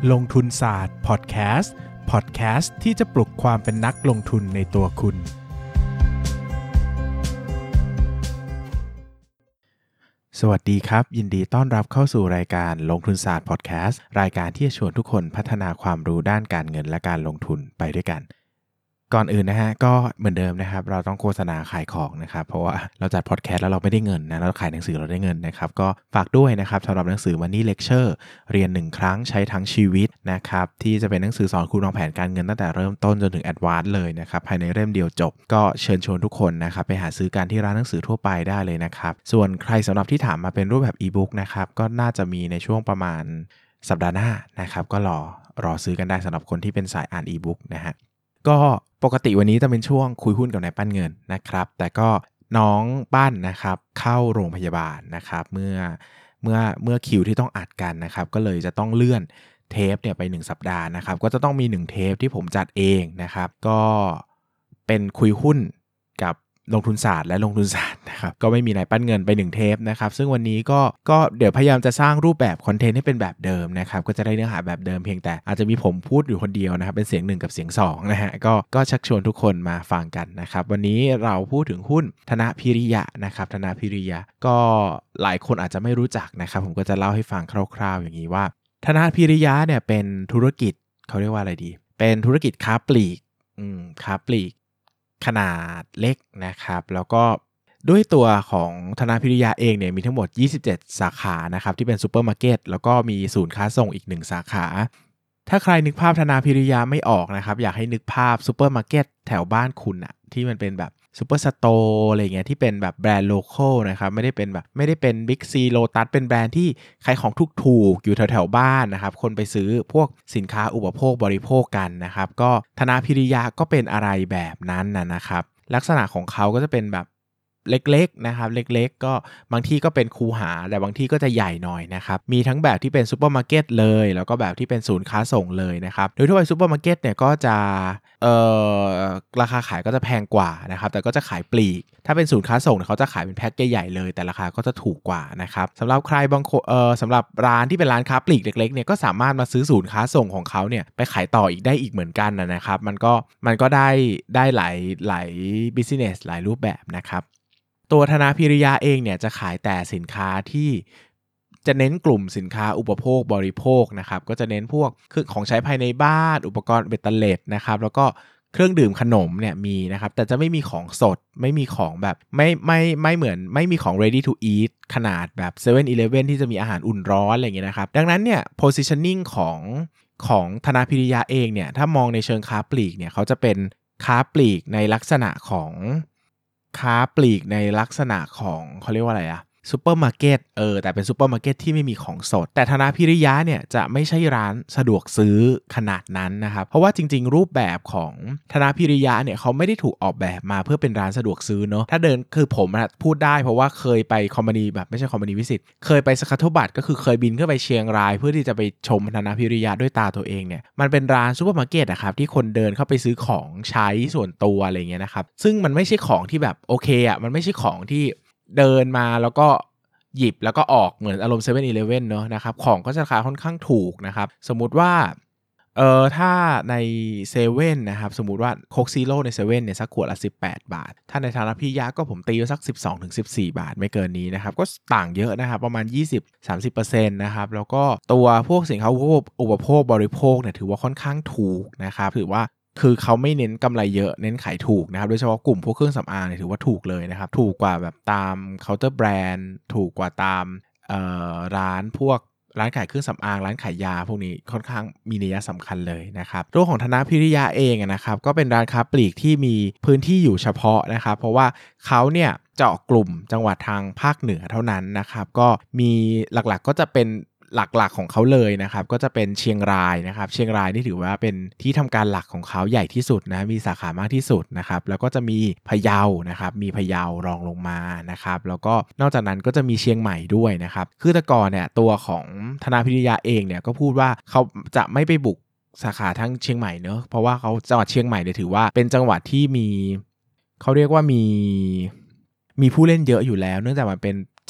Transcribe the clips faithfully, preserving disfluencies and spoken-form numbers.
ลงทุนศาสตร์พอดแคสต์พอดแคสต์ที่จะปลุกความเป็นนักลงทุนในตัวคุณสวัสดีครับยินดีต้อนรับเข้าสู่รายการลงทุนศาสตร์พอดแคสต์รายการที่จะชวนทุกคนพัฒนาความรู้ด้านการเงินและการลงทุนไปด้วยกันก่อนอื่นนะฮะก็เหมือนเดิมนะครับเราต้องโฆษณาขายของนะครับเพราะว่าเราจัดพอดแคสต์แล้วเราไม่ได้เงินนะเราขายหนังสือเราได้เงินนะครับก็ฝากด้วยนะครับสำหรับหนังสือ Money Lecture เรียนหนึ่งครั้งใช้ทั้งชีวิตนะครับที่จะเป็นหนังสือสอนคุณวางแผนการเงินตั้งแต่เริ่มต้นจนถึงแอดวานซ์เลยนะครับภายในเล่มเดียวจบก็เชิญชวนทุกคนนะครับไปหาซื้อกันที่ร้านหนังสือทั่วไปได้เลยนะครับส่วนใครสำหรับที่ถามมาเป็นรูปแบบอีบุ๊กนะครับก็น่าจะมีในช่วงประมาณสัปดาห์หน้านะครับก็รอรอซื้อกันได้สำหรับคนที่เป็นสายอ่านอีบุ๊กนะฮะก็ปกติวันนี้จะเป็นช่วงคุยหุ้นกับนายปั้นเงินนะครับแต่ก็น้องปั้นนะครับเข้าโรงพยาบาลนะครับเมื่อเมื่อเมื่อคิวที่ต้องอัดกันนะครับก็เลยจะต้องเลื่อนเทปเนี่ยไปหนึ่งสัปดาห์นะครับก็จะต้องมีหนึ่งเทปที่ผมจัดเองนะครับก็เป็นคุยหุ้นกับลงทุนศาสตร์และลงทุนศาสตร์นะครับก็ไม่มีนายปั้นเงินไปหนึ่งเทปนะครับซึ่งวันนี้ก็ก็เดี๋ยวพยายามจะสร้างรูปแบบคอนเทนต์ให้เป็นแบบเดิมนะครับก็จะได้เนื้อหาแบบเดิมเพียงแต่อาจจะมีผมพูดอยู่คนเดียวนะครับเป็นเสียงหนึ่งกับเสียงสองนะฮะก็ก็ชักชวนทุกคนมาฟังกันนะครับวันนี้เราพูดถึงหุ้นธนพิริยะนะครับธนพิริยะก็หลายคนอาจจะไม่รู้จักนะครับผมก็จะเล่าให้ฟังคร่าวๆอย่างนี้ว่าธนพิริยะเนี่ยเป็นธุรกิจเขาเรียกว่าอะไรดีเป็นธุรกิจค้าปลีกอืมค้าปลีกขนาดเล็กนะครับแล้วก็ด้วยตัวของธนพิริยะเองเนี่ยมีทั้งหมดยี่สิบเจ็ดสาขานะครับที่เป็นซูเปอร์มาร์เก็ตแล้วก็มีศูนย์ค้าส่งอีกหนึ่งสาขาถ้าใครนึกภาพธนพิริยะไม่ออกนะครับอยากให้นึกภาพซูเปอร์มาร์เก็ตแถวบ้านคุณอะที่มันเป็นแบบซูเปอร์สโตร์อะไรเงี้ยที่เป็นแบบแบรนด์โลคอลนะครับไม่ได้เป็นแบบไม่ได้เป็นบิ๊กซีโลตัสเป็นแบรนด์ที่ขายของถูกๆอยู่แถวๆบ้านนะครับคนไปซื้อพวกสินค้าอุปโภคบริโภคกันนะครับก็ธนพิริยะก็เป็นอะไรแบบนั้นนะนะครับลักษณะของเขาก็จะเป็นแบบเล็กๆนะครับเล็กๆก็บางที่ก็เป็นคูหาแต่บางที่ก็จะใหญ่หน่อยนะครับมีทั้งแบบที่เป็นซูเปอร์มาร์เก็ตเลยแล้วก็แบบที่เป็นศูนย์ค้าส่งเลยนะครับโดยทั่วไปซูเปอร์มาร์เก็ตเนี่ยก็จะเอ่อราคาขายก็จะแพงกว่านะครับแต่ก็จะขายปลีกถ้าเป็นศูนย์ค้าส่งเนี่ยเขาจะขายเป็นแพ็คใหญ่ๆเลยแต่ราคาก็จะถูกกว่านะครับสำหรับใครบางคนเอ่อสำหรับร้านที่เป็นร้านค้าปลีกเล็กๆเนี่ยก็สามารถมาซื้อศูนย์ค้าส่งของเขาเนี่ยไปขายต่ออีกได้อีกเหมือนกันนะครับมันก็มันก็ได้ได้หลายหลาย business หลายรูปแบบนะครับตัวธนพิริยะเองเนี่ยจะขายแต่สินค้าที่จะเน้นกลุ่มสินค้าอุปโภคบริโภคนะครับก็จะเน้นพวกเครื่องของใช้ภายในบ้านอุปกรณ์เบตเตอร์เล็ตนะครับแล้วก็เครื่องดื่มขนมเนี่ยมีนะครับแต่จะไม่มีของสดไม่มีของแบบไม่ไม่ไม่เหมือนไม่มีของ ready to eat ขนาดแบบ เซเว่น อีเลฟเว่น ที่จะมีอาหารอุ่นร้อนอะไรอย่างเงี้ยนะครับดังนั้นเนี่ย positioning ของของธนพิริยะเองเนี่ยถ้ามองในเชิงค้าปลีกเนี่ยเขาจะเป็นค้าปลีกในลักษณะของค้าปลีกในลักษณะของเขาเรียกว่าอะไรอะซูเปอร์มาร์เก็ตเออแต่เป็นซูเปอร์มาร์เก็ตที่ไม่มีของสดแต่ธนพิริยะเนี่ยจะไม่ใช่ร้านสะดวกซื้อขนาดนั้นนะครับเพราะว่าจริงๆรูปแบบของธนพิริยะเนี่ยเขาไม่ได้ถูกออกแบบมาเพื่อเป็นร้านสะดวกซื้อเนาะถ้าเดินคือผมนะพูดได้เพราะว่าเคยไปคอมพานีแบบไม่ใช่คอมพานีวิสิตเคยไปสคัตเทิลบัตก็คือเคยบินขึ้นไปเชียงรายเพื่อที่จะไปชมธนพิริยะด้วยตาตัวเองเนี่ยมันเป็นร้านซูเปอร์มาร์เก็ตนะครับที่คนเดินเข้าไปซื้อของใช้ส่วนตัวอะไรเงี้ยนะครับซึ่งมันไม่ใช่ของที่แบบโอเคอ่ะมันไม่ใช่ของที่เดินมาแล้วก็หยิบแล้วก็ออกเหมือนอารมณ์ เซเว่น อีเลฟเว่น เนอะนะครับของก็จะราคาค่อนข้างถูกนะครับสมมุติว่าเอ่อถ้าในเซเว่นนะครับสมมุติว่าโค้กซีโร่ในเซเว่นเนี่ยสักขวดละสิบแปดบาทถ้าในธนพิริยะก็ผมตีไว้สัก สิบสองถึงสิบสี่ บาทไม่เกินนี้นะครับก็ต่างเยอะนะครับประมาณ ยี่สิบถึงสามสิบเปอร์เซ็นต์ นะครับแล้วก็ตัวพวกสินค้าอุปโภคบริโภคเนี่ยถือว่าค่อนข้างถูกนะครับถือว่าคือเขาไม่เน้นกำไรเยอะเน้นขายถูกนะครับโดยเฉพาะกลุ่มพวกเครื่องสำอางเนี่ยถือว่าถูกเลยนะครับถูกกว่าแบบตามเคาน์เตอร์แบรนด์ถูกกว่าตามเอ่อร้านพวกร้านขายเครื่องสำอางร้านขายยาพวกนี้ค่อนข้างมีนัยสำคัญเลยนะครับตัวของธนพิริยะเองนะครับก็เป็นร้านค้าปลีกที่มีพื้นที่อยู่เฉพาะนะครับเพราะว่าเขาเนี่ยเจาะกลุ่มจังหวัดทางภาคเหนือเท่านั้นนะครับก็มีหลักๆก็จะเป็นหลักๆของเขาเลยนะครับก็จะเป็นเชียงรายนะครับเชียงรายนี่ถือว่าเป็นที่ทำการหลักของเขาใหญ่ที่สุดนะมีสาขามากที่สุดนะครับแล้วก็จะมีพะเยานะครับมีพะเยารองลงมานะครับแล้วก็นอกจากนั้นก็จะมีเชียงใหม่ด้วยนะครับคือแต่ก่อนเนี่ยตัวของธนพิริยะเองเนี่ยก็พูดว่าเขาจะไม่ไปบุกสาขาทั้งเชียงใหม่เนอะเพราะว่าเขาจังหวัดเชียงใหม่เนี่ยถือว่าเป็นจังหวัดที่มีเขาเรียกว่ามีมีผู้เล่นเยอะอยู่แล้วเนื่องจากมันเป็น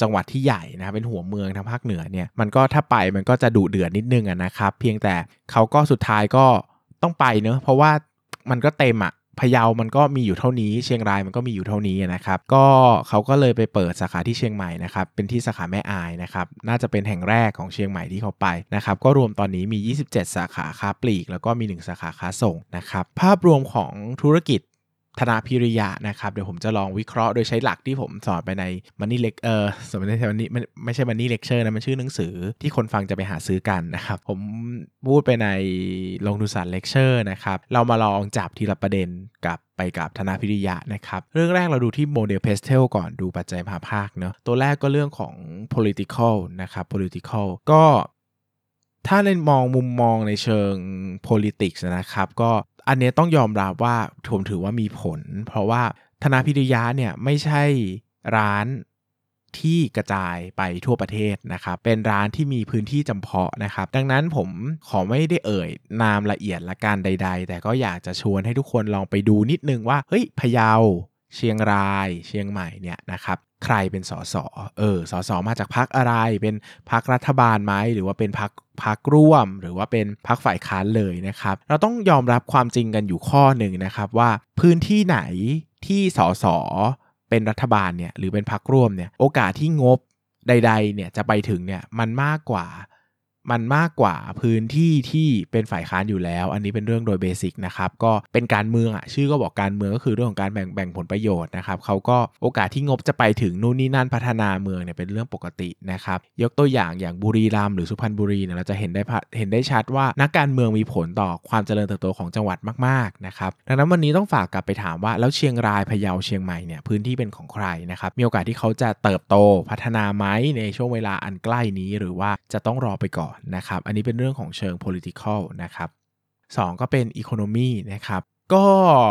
จังหวัดที่ใหญ่นะครับเป็นหัวเมืองทางภาคเหนือเนี่ยมันก็ถ้าไปมันก็จะดุเดือดนิดนึงอ่ะนะครับเพียงแต่เขาก็สุดท้ายก็ต้องไปเนอะเพราะว่ามันก็เต็มอ่ะพะเยามันก็มีอยู่เท่านี้เชียงรายมันก็มีอยู่เท่านี้นะครับก็เขาก็เลยไปเปิดสาขาที่เชียงใหม่นะครับเป็นที่สาขาแม่อายนะครับน่าจะเป็นแห่งแรกของเชียงใหม่ที่เขาไปนะครับก็รวมตอนนี้มียี่สิบเจ็ดสาขาค้าปลีกแล้วก็มีหนึ่งสาขาค้าส่งนะครับภาพรวมของธุรกิจธนาพิริยะนะครับเดี๋ยวผมจะลองวิเคราะห์โดยใช้หลักที่ผมสอนไปใน Money Lec เออสอนไปใน Money ไม่ไม่ใช่ Money Lecture นะมันชื่อหนังสือที่คนฟังจะไปหาซื้อกันนะครับผมพูดไปในลงทุนศาสตร์ Lecture นะครับเรามาลองจับทีละประเด็นกับไปกับธนาพิริยะนะครับเรื่องแรกเราดูที่โมเดล Pestel ก่อนดูปัจจัยมหาภาคเนาะตัวแรกก็เรื่องของ political นะครับ political ก็ถ้าในมองมุมมองในเชิง politics นะครับก็อันนี้ต้องยอมรับว่าผมถือว่ามีผลเพราะว่าธนาพิริยะเนี่ยไม่ใช่ร้านที่กระจายไปทั่วประเทศนะครับเป็นร้านที่มีพื้นที่จำเพาะนะครับดังนั้นผมขอไม่ได้เอ่ยนามละเอียดละกันใดๆแต่ก็อยากจะชวนให้ทุกคนลองไปดูนิดนึงว่าเฮ้ยพะเยาเชียงรายเชียงใหม่เนี่ยนะครับใครเป็นสสเออสสมาจากพรรคอะไรเป็นพรรครัฐบาลไหมหรือว่าเป็นพรรคพรรคร่วมหรือว่าเป็นพรรคฝ่ายค้านเลยนะครับเราต้องยอมรับความจริงกันอยู่ข้อหนึ่งนะครับว่าพื้นที่ไหนที่สสเป็นรัฐบาลเนี่ยหรือเป็นพรรคร่วมเนี่ยโอกาสที่งบใดๆเนี่ยจะไปถึงเนี่ยมันมากกว่ามันมากกว่าพื้นที่ที่เป็นฝ่ายค้านอยู่แล้วอันนี้เป็นเรื่องโดยเบสิกนะครับก็เป็นการเมืองอ่ะชื่อก็บอกการเมืองก็คือเรื่องของการแบ่งแบ่งผลประโยชน์นะครับเขาก็โอกาสที่งบจะไปถึงนู่นนี่นั่นพัฒนาเมืองเนี่ยเป็นเรื่องปกตินะครับยกตัวอย่างอย่างบุรีรัมย์หรือสุพรรณบุรีเนี่ยเราจะเห็นได้เห็นได้ชัดว่านักการเมืองมีผลต่อความเจริญเติบโตของจังหวัดมากๆนะครับดังนั้นวันนี้ต้องฝากกลับไปถามว่าแล้วเชียงรายพะเยาเชียงใหม่เนี่ยพื้นที่เป็นของใครนะครับมีโอกาสที่เขาจะเติบโตพัฒนาไหมในช่วงเวลาอันใกล้นี้หรือว่าจะต้องรอไปก่อนนะครับอันนี้เป็นเรื่องของเชิง political นะครับสองก็เป็น economy นะครับก็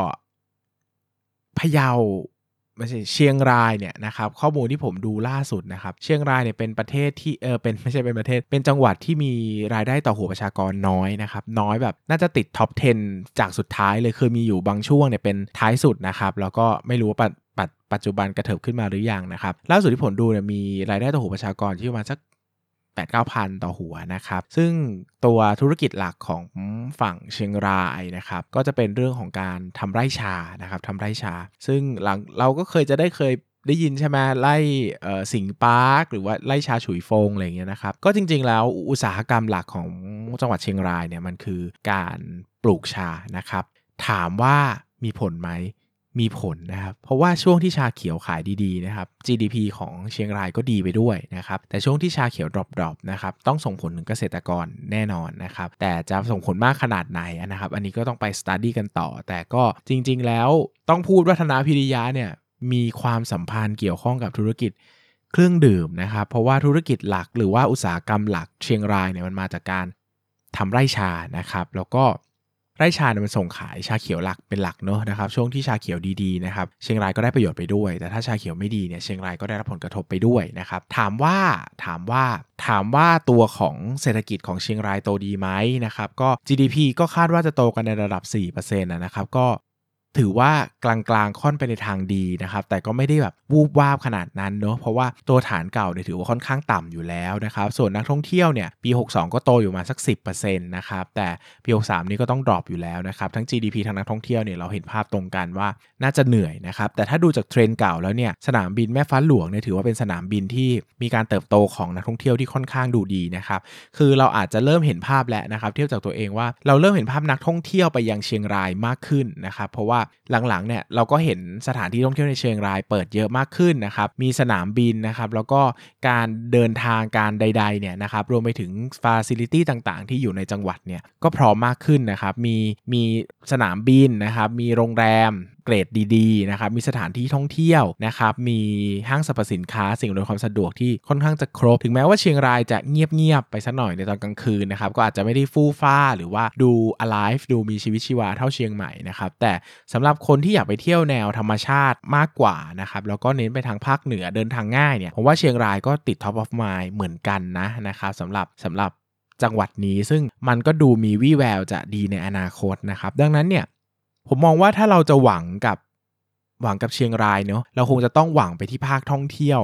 พะเยาไม่ใช่เชียงรายเนี่ยนะครับข้อมูลที่ผมดูล่าสุดนะครับเชียงรายเนี่ยเป็นประเทศที่เออเป็นไม่ใช่เป็นประเทศเป็นจังหวัดที่มีรายได้ต่อหัวประชากรน้อยนะครับน้อยแบบน่าจะติดท็อปสิบจากสุดท้ายเลยคือมีอยู่บางช่วงเนี่ยเป็นท้ายสุดนะครับแล้วก็ไม่รู้ว่าปัจปัจจุบันกระเถิบขึ้นมาหรือยังนะครับล่าสุดที่ผมดูเนี่ยมีรายได้ต่อหัวประชากรที่ประมาณสักแปด เก้าพัน ต่อหัวนะครับซึ่งตัวธุรกิจหลักของฝั่งเชียงรายนะครับก็จะเป็นเรื่องของการทำไร่ชานะครับทำไร่ชาซึ่งหลังเราก็เคยจะได้เคยได้ยินใช่ไหมไร่สิงห์ปาร์คหรือว่าไร่ชาฉุยฟงอะไรอย่างเงี้ยนะครับก็จริงๆแล้วอุตสาหกรรมหลักของจังหวัดเชียงรายเนี่ยมันคือการปลูกชานะครับถามว่ามีผลไหมมีผลนะครับเพราะว่าช่วงที่ชาเขียวขายดีๆนะครับ จี ดี พี ของเชียงรายก็ดีไปด้วยนะครับแต่ช่วงที่ชาเขียวดรอปๆนะครับต้องส่งผลถึงเกษตรกรแน่นอนนะครับแต่จะส่งผลมากขนาดไหนนะครับอันนี้ก็ต้องไปสตั๊ดดี้กันต่อแต่ก็จริงๆแล้วต้องพูดว่าธนาพิริยะเนี่ยมีความสัมพันธ์เกี่ยวข้องกับธุรกิจเครื่องดื่มนะครับเพราะว่าธุรกิจหลักหรือว่าอุตสาหกรรมหลักเชียงรายเนี่ยมันมาจากการทำไร่ชานะครับแล้วก็ไร่ชาเนี่ยมันส่งขายชาเขียวหลักเป็นหลักเนอะนะครับช่วงที่ชาเขียวดีๆนะครับเชียงรายก็ได้ประโยชน์ไปด้วยแต่ถ้าชาเขียวไม่ดีเนี่ยเชียงรายก็ได้รับผลกระทบไปด้วยนะครับถามว่าถามว่าถามว่าตัวของเศรษฐกิจของเชียงรายโตดีไหมนะครับก็ จี ดี พี ก็คาดว่าจะโตกันในระดับ สี่เปอร์เซ็นต์ นะครับก็ถือว่ากลางๆค่อนไปในทางดีนะครับแต่ก็ไม่ได้แบบวูบวาบขนาดนั้นเนอะเพราะว่าตัวฐานเก่าเนี่ยถือว่าค่อนข้างต่ำอยู่แล้วนะครับส่วนนักท่องเที่ยวเนี่ยปีหกสิบสองก็โตอยู่มาสัก สิบเปอร์เซ็นต์ นะครับแต่ปีหกสิบสามนี่ก็ต้องดรอปอยู่แล้วนะครับทั้ง จี ดี พี ทั้งนักท่องเที่ยวเนี่ยเราเห็นภาพตรงกันว่าน่าจะเหนื่อยนะครับแต่ถ้าดูจากเทรนด์เก่าแล้วเนี่ยสนามบินแม่ฟ้าหลวงเนี่ยถือว่าเป็นสนามบินที่มีการเติบโตของนักท่องเที่ยวที่ค่อนข้างดูดีนะครับคือเราอาจจะเริ่มเห็นภาพแล้วนะครับเทียบจากตัวเองว่าเราเริ่มเห็นภาพนักท่องเที่ยวไปยังเชียงรายมากขึ้นนะครับเพราะว่าหลังๆเนี่ยเราก็เห็นสถานที่ท่องเที่ยวในเชียงรายเปิดเยอะมากขึ้นนะครับมีสนามบินนะครับแล้วก็การเดินทางการใดๆเนี่ยนะครับรวมไปถึงฟาซิลิตี้ต่างๆที่อยู่ในจังหวัดเนี่ยก็พร้อมมากขึ้นนะครับมีมีสนามบินนะครับมีโรงแรมเกรดดีๆนะครับมีสถานที่ท่องเที่ยวนะครับมีห้างสรรพสินค้าสิ่งอำนวยความสะดวกที่ค่อนข้างจะครบถึงแม้ว่าเชียงรายจะเงียบๆไปสักหน่อยในตอนกลางคืนนะครับก็อาจจะไม่ได้ฟู่ฟ้าหรือว่าดู alive ดูมีชีวิตชีวาเท่าเชียงใหม่นะครับแต่สำหรับคนที่อยากไปเที่ยวแนวธรรมชาติมากกว่านะครับแล้วก็เน้นไปทางภาคเหนือเดินทางง่ายเนี่ยผมว่าเชียงรายก็ติด top of mind เหมือนกันนะนะครับสำหรับสำหรับจังหวัดนี้ซึ่งมันก็ดูมีวี่แววจะดีในอนาคตนะครับดังนั้นเนี่ยผมมองว่าถ้าเราจะหวังกับหวังกับเชียงรายเนาะเราคงจะต้องหวังไปที่ภาคท่องเที่ยว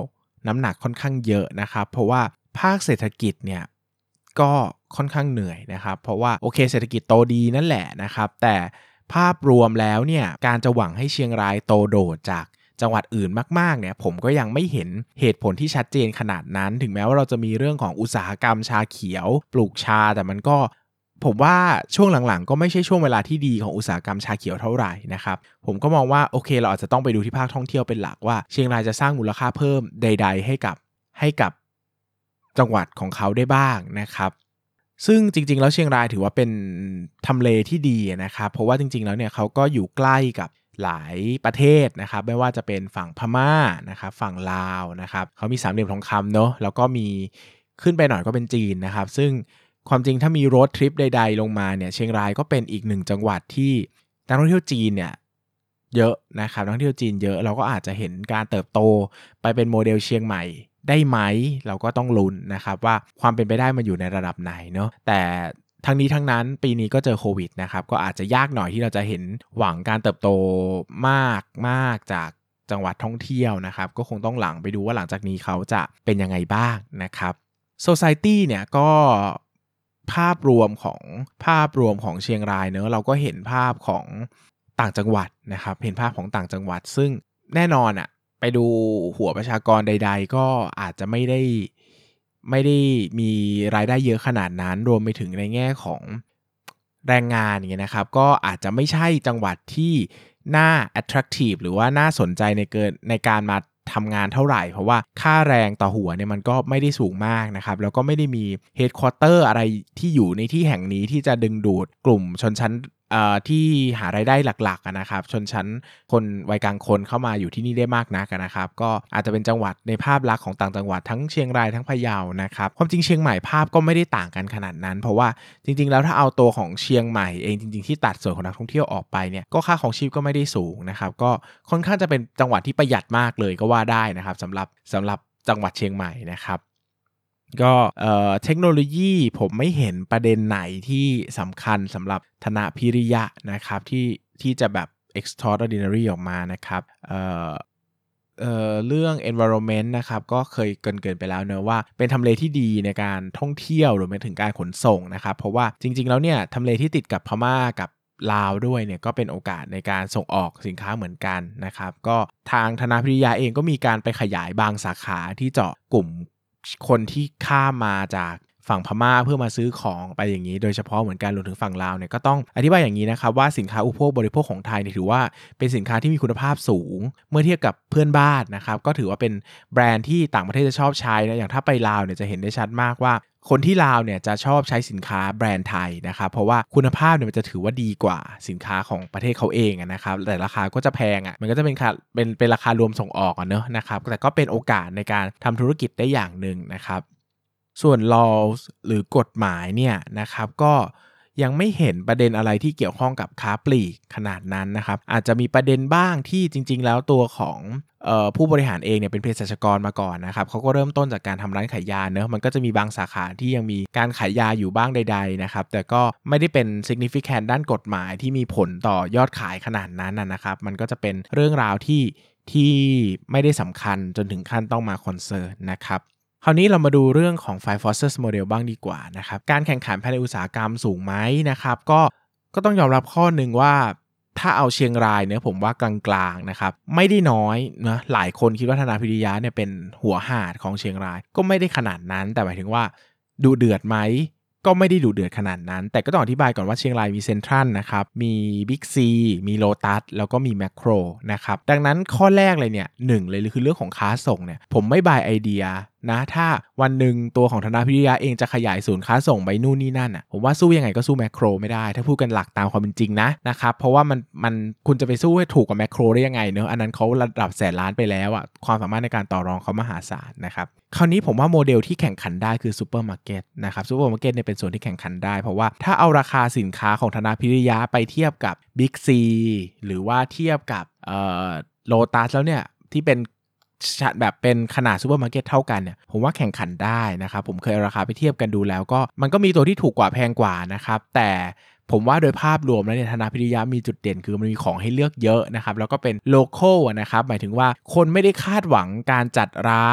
น้ำหนักค่อนข้างเยอะนะครับเพราะว่าภาคเศรษฐกิจเนี่ยก็ค่อนข้างเหนื่อยนะครับเพราะว่าโอเคเศรษฐกิจโตดีนั่นแหละนะครับแต่ภาพรวมแล้วเนี่ยการจะหวังให้เชียงรายโตโดดจากจังหวัดอื่นมากๆเนี่ยผมก็ยังไม่เห็นเหตุผลที่ชัดเจนขนาดนั้นถึงแม้ว่าเราจะมีเรื่องของอุตสาหกรรมชาเขียวปลูกชาแต่มันก็ผมว่าช่วงหลังๆก็ไม่ใช่ช่วงเวลาที่ดีของอุตสาหกรรมชาเขียวเท่าไหร่นะครับผมก็มองว่าโอเคเราอาจจะต้องไปดูที่ภาคท่องเที่ยวเป็นหลักว่าเชียงรายจะสร้างมูลค่าเพิ่มใดๆให้กับให้กับจังหวัดของเขาได้บ้างนะครับซึ่งจริงๆแล้วเชียงรายถือว่าเป็นทำเลที่ดีนะครับเพราะว่าจริงๆแล้วเนี่ยเขาก็อยู่ใกล้กับหลายประเทศนะครับไม่ว่าจะเป็นฝั่งพม่านะครับฝั่งลาวนะครับเขามีสามเหลี่ยมทองคำเนาะแล้วก็มีขึ้นไปหน่อยก็เป็นจีนนะครับซึ่งความจริงถ้ามีโรดทริปใดๆลงมาเนี่ยเชียงรายก็เป็นอีกหนึ่งจังหวัดที่นักท่องเที่ยวจีนเนี่ยเยอะนะครับนักท่องเที่ยวจีนเยอะเราก็อาจจะเห็นการเติบโตไปเป็นโมเดลเชียงใหม่ได้ไหมเราก็ต้องลุ้นนะครับว่าความเป็นไปได้มันอยู่ในระดับไหนเนาะแต่ทั้งนี้ทั้งนั้นปีนี้ก็เจอโควิดนะครับก็อาจจะยากหน่อยที่เราจะเห็นหวังการเติบโตมากมากจากจังหวัดท่องเที่ยวนะครับก็คงต้องหลังไปดูว่าหลังจากนี้เขาจะเป็นยังไงบ้างนะครับ Society เนี่ยก็ภาพรวมของภาพรวมของเชียงรายเนอะเราก็เห็นภาพของต่างจังหวัดนะครับเห็นภาพของต่างจังหวัดซึ่งแน่นอนอะไปดูหัวประชากรใดๆก็อาจจะไม่ได้ไม่ได้มีรายได้เยอะขนาดนั้นรวมไปถึงในแง่ของแรงงานอย่างเงี้ยนะครับก็อาจจะไม่ใช่จังหวัดที่น่า attractive หรือว่าน่าสนใจในเกินในการมาทำงานเท่าไหร่เพราะว่าค่าแรงต่อหัวเนี่ยมันก็ไม่ได้สูงมากนะครับแล้วก็ไม่ได้มี headquarter อะไรที่อยู่ในที่แห่งนี้ที่จะดึงดูดกลุ่มชนชั้นที่หารายได้หลักๆนะครับชนชั้นคนวัยกลางคนเข้ามาอยู่ที่นี่ได้มากนักนะครับก็อาจจะเป็นจังหวัดในภาพลักษณ์ของต่างจังหวัดทั้งเชียงรายทั้งพะเยานะครับความจริงเชียงใหม่ภาพก็ไม่ได้ต่างกันขนาดนั้นเพราะว่าจริงๆแล้วถ้าเอาตัวของเชียงใหม่เองจริงๆที่ตัดส่วนของนักท่องเที่ยวออกไปเนี่ยก็ค่าของชีพก็ไม่ได้สูงนะครับก็ค่อนข้างจะเป็นจังหวัดที่ประหยัดมากเลยก็ว่าได้นะครับสำหรับสำหรับจังหวัดเชียงใหม่นะครับก็เอ่อเทคโนโลยีผมไม่เห็นประเด็นไหนที่สำคัญสำหรับธนพิริยะนะครับที่ที่จะแบบ extraordinary ออกมานะครับเอ่อเอ่อเรื่อง environment นะครับก็เคยเกริ่นๆไปแล้วเนอะว่าเป็นทำเลที่ดีในการท่องเที่ยวหรือไปถึงการขนส่งนะครับเพราะว่าจริงๆแล้วเนี่ยทำเลที่ติดกับพม่ากับลาวด้วยเนี่ยก็เป็นโอกาสในการส่งออกสินค้าเหมือนกันนะครับก็ทางธนพิริยะเองก็มีการไปขยายบางสาขาที่เจาะกลุ่มคนที่ข้ามมาจากฝั่งพม่าเพื่อมาซื้อของไปอย่างนี้โดยเฉพาะเหมือนกันรวมถึงฝั่งลาวเนี่ยก็ต้องอธิบายอย่างนี้นะครับว่าสินค้าอุปโภคบริโภคของไทยเนี่ยถือว่าเป็นสินค้าที่มีคุณภาพสูงเมื่อเทียบกับเพื่อนบ้านนะครับก็ถือว่าเป็นแบรนด์ที่ต่างประเทศจะชอบใช้นะอย่างถ้าไปลาวเนี่ยจะเห็นได้ชัดมากว่าคนที่ลาวเนี่ยจะชอบใช้สินค้าแบรนด์ไทยนะครับเพราะว่าคุณภาพเนี่ยมันจะถือว่าดีกว่าสินค้าของประเทศเขาเองนะครับแต่ราคาก็จะแพงอ่ะมันก็จะเป็นเป็นเป็นราคารวมส่งออกอ่ะเนอะนะครับแต่ก็เป็นโอกาสในการทำธุรกิจได้อย่างหนึ่งนะครับส่วน laws หรือกฎหมายเนี่ยนะครับก็ยังไม่เห็นประเด็นอะไรที่เกี่ยวข้องกับค้าปลีกขนาดนั้นนะครับอาจจะมีประเด็นบ้างที่จริงๆแล้วตัวของเอ่อผู้บริหารเองเนี่ยเป็นเภสัชกรมาก่อนนะครับเขาก็เริ่มต้นจากการทำร้านขายยาเนอะมันก็จะมีบางสาขาที่ยังมีการขายยาอยู่บ้างใดๆนะครับแต่ก็ไม่ได้เป็น significant ด้านกฎหมายที่มีผลต่อยอดขายขนาดนั้นนะครับมันก็จะเป็นเรื่องราวที่ที่ไม่ได้สำคัญจนถึงขั้นต้องมาคอนเซิร์นนะครับคราวนี้เรามาดูเรื่องของ Five Forces Model บ้างดีกว่านะครับการแข่งขันภายในอุตสาหกรรมสูงไหมนะครับก็ก็ต้องยอมรับข้อหนึ่งว่าถ้าเอาเชียงรายเนี่ยผมว่ากลางๆนะครับไม่ได้น้อยนะหลายคนคิดว่าธนพิริยะเนี่ยเป็นหัวหาดของเชียงรายก็ไม่ได้ขนาดนั้นแต่หมายถึงว่าดูเดือดไหมก็ไม่ได้ดูเดือดขนาดนั้นแต่ก็ต้องอธิบายก่อนว่าเชียงรายมีเซ็นทรัลนะครับมีบิ๊กซีมีโลตัสแล้วก็มีแมคโครนะครับดังนั้นข้อแรกเลยเนี่ยหนึ่งเลยคือเรื่องของค้าส่งเนี่ยผมไม่บายไอเดียนะถ้าวันหนึ่งตัวของธนพิริยะเองจะขยายศูนย์ค้าส่งไปนู่นนี่นั่นอ่ะผมว่าสู้ยังไงก็สู้แมคโครไม่ได้ถ้าพูดกันหลักตามความเป็นจริงนะนะครับเพราะว่ามันมันคุณจะไปสู้ให้ถูกกับแมคโครได้ยังไงเนอะอันนั้นเขาระดับแสนล้านไปแล้วอ่ะความสามารถในการต่อรองเขามหาศาลนะครับคราวนี้ผมว่าโมเดลที่แข่งขันได้คือซูเปอร์มาร์เก็ตนะครับซูเปอร์มาร์เก็ตเนี่ยเป็นส่วนที่แข่งขันได้เพราะว่าถ้าเอาราคาสินค้าของธนพิริยะไปเทียบกับบิ๊กซีหรือว่าเทียบกับเอ่อโลตัสแล้วเนี่ยที่เป็นแบบเป็นขนาดซูเปอร์มาร์เก็ตเท่ากันเนี่ยผมว่าแข่งขันได้นะครับผมเคยเอาราคาไปเทียบกันดูแล้วก็มันก็มีตัวที่ถูกกว่าแพงกว่านะครับแต่ผมว่าโดยภาพรวมแล้วเนี่ยธนพิริยะมีจุดเด่นคือมันมีของให้เลือกเยอะนะครับแล้วก็เป็นโลคอลนะครับหมายถึงว่าคนไม่ได้คาดหวังการจัดร้าน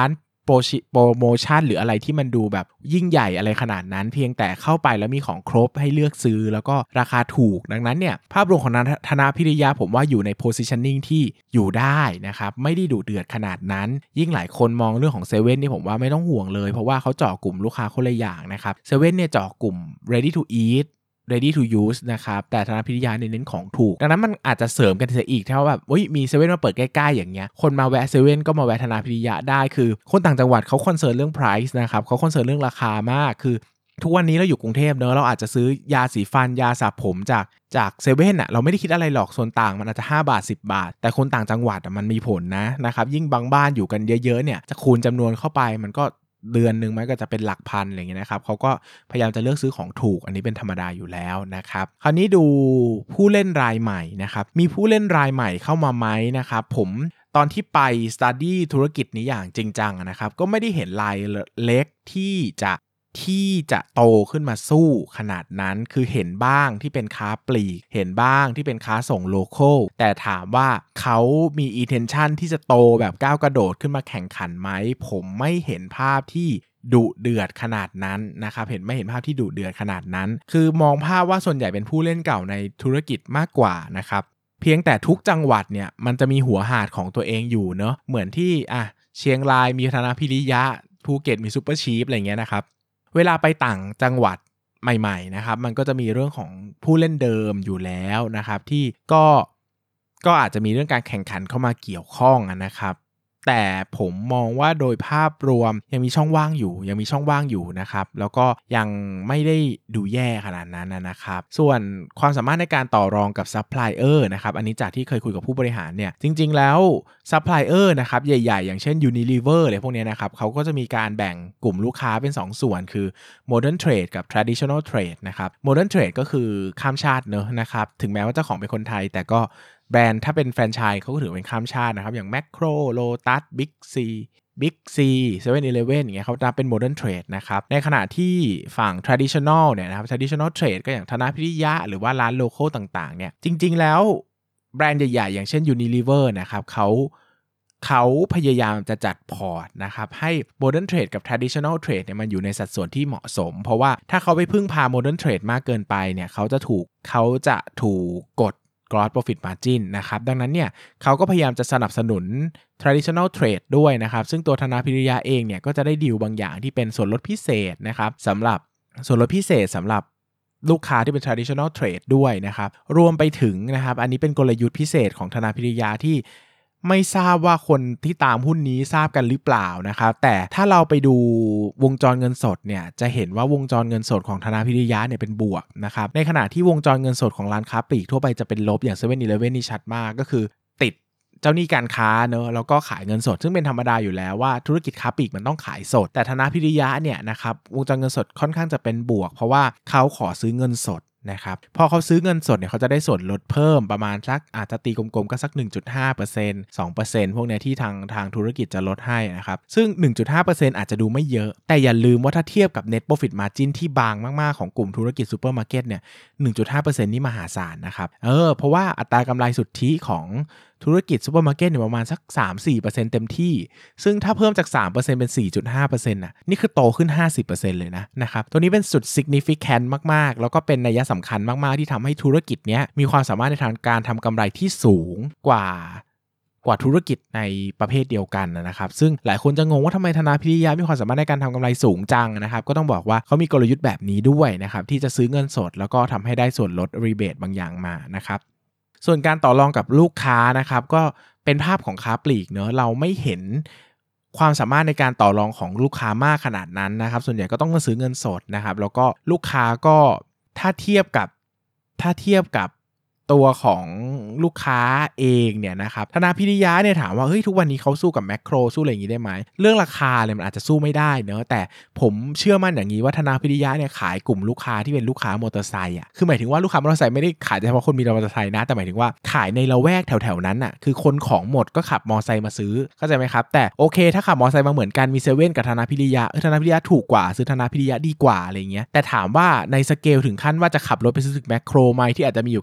โปรโปรโมชั่นหรืออะไรที่มันดูแบบยิ่งใหญ่อะไรขนาดนั้นเพียงแต่เข้าไปแล้วมีของครบให้เลือกซื้อแล้วก็ราคาถูกดังนั้นเนี่ยภาพรวมของธนาพิริยะผมว่าอยู่ใน positioning ที่อยู่ได้นะครับไม่ได้ดุเดือดขนาดนั้นยิ่งหลายคนมองเรื่องของเซเว่นนี่ผมว่าไม่ต้องห่วงเลยเพราะว่าเขาเจาะกลุ่มลูกค้าคนละอย่างนะครับเซเว่นเนี่ยเจาะกลุ่ม ready to eat ready to use นะครับแต่ธนาพิริยะเน้นของถูกดังนั้นมันอาจจะเสริมกันเสียอีกถ้าแบบอุ๊ยมีเซเว่นมาเปิดใกล้ๆอย่างเงี้ยคนมาแวะเซเว่นก็มาแวะธนาพิริยะได้คือคนต่างจังหวัดเขาคอนเซิร์นเรื่อง price นะครับเขาคอนเซิร์นเรื่องราคามากคือทุกวันนี้เราอยู่กรุงเทพเนอะเราอาจจะซื้อยาสีฟันยาสระผมจากจากเซเว่นอ่ะเราไม่ได้คิดอะไรหรอกส่วนต่างมันอาจจะห้าบาทสิบบาทแต่คนต่างจังหวัดอ่ะมันมีผลนะนะครับยิ่งบางบ้านอยู่กันเยอะๆเนี่ยจะคูณจำนวนเข้าไปมันก็เดือนนึงมันก็จะเป็นหลักพันอะไรอย่างเงี้ยนะครับเขาก็พยายามจะเลือกซื้อของถูกอันนี้เป็นธรรมดาอยู่แล้วนะครับคราวนี้ดูผู้เล่นรายใหม่นะครับมีผู้เล่นรายใหม่เข้ามาไหมนะครับผมตอนที่ไป study ธุรกิจนี้อย่างจริงจังนะครับก็ไม่ได้เห็นรายเล็กที่จะที่จะโตขึ้นมาสู้ขนาดนั้นคือเห็นบ้างที่เป็นค้าปลีกเห็นบ้างที่เป็นค้าส่งโลคอลแต่ถามว่าเขามี intention ที่จะโตแบบก้าวกระโดดขึ้นมาแข่งขันไหมผมไม่เห็นภาพที่ดุเดือดขนาดนั้นนะครับเห็นไม่เห็นภาพที่ดุเดือดขนาดนั้นคือมองภาพว่าส่วนใหญ่เป็นผู้เล่นเก่าในธุรกิจมากกว่านะครับเพียงแต่ทุกจังหวัดเนี่ยมันจะมีหัวหาดของตัวเองอยู่เนอะเหมือนที่อ่ะเชียงรายมีธนาพิริยะภูเก็ตมีซุปเปอร์ชีฟอะไรเงี้ยนะครับเวลาไปต่างจังหวัดใหม่ๆนะครับมันก็จะมีเรื่องของผู้เล่นเดิมอยู่แล้วนะครับที่ก็ก็อาจจะมีเรื่องการแข่งขันเข้ามาเกี่ยวข้องนะครับแต่ผมมองว่าโดยภาพรวมยังมีช่องว่างอยู่ยังมีช่องว่างอยู่นะครับแล้วก็ยังไม่ได้ดูแย่ขนาดนั้นนะครับส่วนความสามารถในการต่อรองกับซัพพลายเออร์นะครับอันนี้จากที่เคยคุยกับผู้บริหารเนี่ยจริงๆแล้วซัพพลายเออร์นะครับใหญ่ๆอย่างเช่น Unilever อะไรพวกนี้นะครับเขาก็จะมีการแบ่งกลุ่มลูกค้าเป็นสองส่วนคือ Modern Trade กับ Traditional Trade นะครับ Modern Trade ก็คือข้ามชาติเนอะนะครับถึงแม้ว่าเจ้าของเป็นคนไทยแต่ก็แบรนด์ถ้าเป็นแฟรนไชส์เขาก็ถือเป็นข้ามชาตินะครับอย่าง Macro Lotus Big C Big C เซเว่น Eleven อย่างเงี้ยเขานับเป็น Modern Trade นะครับในขณะที่ฝั่ง Traditional เนี่ยนะครับ Traditional Trade ก็อย่างธนาพิริยะหรือว่าร้านโลคอลต่างๆเนี่ยจริงๆแล้วแบรนด์ใหญ่ๆอย่างเช่น Unilever นะครับเขาเขาพยายามจะจัดพอร์ตนะครับให้ Modern Trade กับ Traditional Trade เนี่ยมันอยู่ในสัดส่วนที่เหมาะสมเพราะว่าถ้าเขาไปพึ่งพา Modern Trade มากเกินไปเนี่ยเขาจะถูกเขาจะถูกกดGross Profit Margin นะครับดังนั้นเนี่ยเขาก็พยายามจะสนับสนุน Traditional Trade ด้วยนะครับซึ่งตัวธนาพิริยะเองเนี่ยก็จะได้ดีลบางอย่างที่เป็นส่วนลดพิเศษนะครับสำหรับส่วนลดพิเศษสำหรับลูกค้าที่เป็น Traditional Trade ด้วยนะครับรวมไปถึงนะครับอันนี้เป็นกลยุทธ์พิเศษของธนาพิริยะที่ไม่ทราบว่าคนที่ตามหุ้นนี้ทราบกันหรือเปล่านะครับแต่ถ้าเราไปดูวงจรเงินสดเนี่ยจะเห็นว่าวงจรเงินสดของธนาพิริยะเนี่ยเป็นบวกนะครับในขณะที่วงจรเงินสดของร้านค้าปลีกทั่วไปจะเป็นลบอย่าง เซเว่น อีเลฟเว่น นี่ชัดมากก็คือติดเจ้าหนี้การค้าเนอะแล้วก็ขายเงินสดซึ่งเป็นธรรมดาอยู่แล้วว่าธุรกิจค้าปลีกมันต้องขายสดแต่ธนาพิริยะเนี่ยนะครับวงจรเงินสดค่อนข้างจะเป็นบวกเพราะว่าเขาขอซื้อเงินสดนะครับพอเขาซื้อเงินสดเนี่ยเขาจะได้ส่วนลดเพิ่มประมาณสักอาจจะตีกลมๆก็สัก หนึ่งจุดห้าเปอร์เซ็นต์ สองเปอร์เซ็นต์ พวกนี้ที่ทางทางธุรกิจจะลดให้นะครับซึ่ง หนึ่งจุดห้าเปอร์เซ็นต์ อาจจะดูไม่เยอะแต่อย่าลืมว่าถ้าเทียบกับ Net Profit Margin ที่บางมากๆของกลุ่มธุรกิจซูเปอร์มาร์เก็ตเนี่ย หนึ่งจุดห้าเปอร์เซ็นต์ นี่มหาศาลนะครับเออเพราะว่าอัตรากำไรสุทธิของธุรกิจซูเปอร์มาร์เก็ตเนี่ยประมาณสัก สามถึงสี่เปอร์เซ็นต์ เต็มที่ซึ่งถ้าเพิ่มจาก สามเปอร์เซ็นต์ เป็น สี่จุดห้าเปอร์เซ็นต์ น่ะนี่คือโตขึ้น ห้าสิบเปอร์เซ็นต์ เลยนะนะครับตัวนี้เป็นสุด significant มากๆแล้วก็เป็นนัยสำคัญมากๆที่ทำให้ธุรกิจเนี้ยมีความสามารถในทางการทำกำไรที่สูงกว่ากว่าธุรกิจในประเภทเดียวกันนะครับซึ่งหลายคนจะงงว่าทำไมธนาพิริยะมีความสามารถในการทำกำไรสูงจังนะครับก็ต้องบอกว่าเขามีกลยุทธ์แบบนี้ด้วยนะครับที่จะซื้อเงินสดแล้วก็ทำให้ได้ส่วนลดรีเบทบางอย่างมานะครับส่วนการต่อรองกับลูกค้านะครับก็เป็นภาพของค้าปลีกเนอะเราไม่เห็นความสามารถในการต่อรองของลูกค้ามากขนาดนั้นนะครับส่วนใหญ่ก็ต้องมาซื้อเงินสดนะครับแล้วก็ลูกค้าก็ถ้าเทียบกับถ้าเทียบกับตัวของลูกค้าเองเนี่ยนะครับธนาพิริยะเนี่ยถามว่าเฮ้ยทุกวันนี้เขาสู้กับแมคโครสู้อะไรอย่างงี้ได้ไหมเรื่องราคาเลยมันอาจจะสู้ไม่ได้เนอะแต่ผมเชื่อมั่นอย่างนี้ว่าธนาพิริยะเนี่ยขายกลุ่มลูกค้าที่เป็นลูกค้ามอเตอร์ไซค์อ่ะคือหมายถึงว่าลูกค้ามอเตอร์ไซค์ไม่ได้ขายเฉพาะคนมีมอเตอร์ไซค์นะแต่หมายถึงว่าขายในละแวกแถวๆนั้นอ่ะคือคนของหมดก็ขับมอเตอร์ไซค์มาซื้อเข้าใจไหมครับแต่โอเคถ้าขับมอเตอร์ไซค์มาเหมือนกันมีเซเว่นกับธนาพิริยะเออธนาพิริยะถูกกว่าซื้อธนาพิริยะดีกว่าอะไรเงี้ยแต่ถามว่าในสเกลถึงขั้นว่าจะขับรถไปซื้อถึงแมคโครไหมที่อาจจะมีอยู่แค่สาขา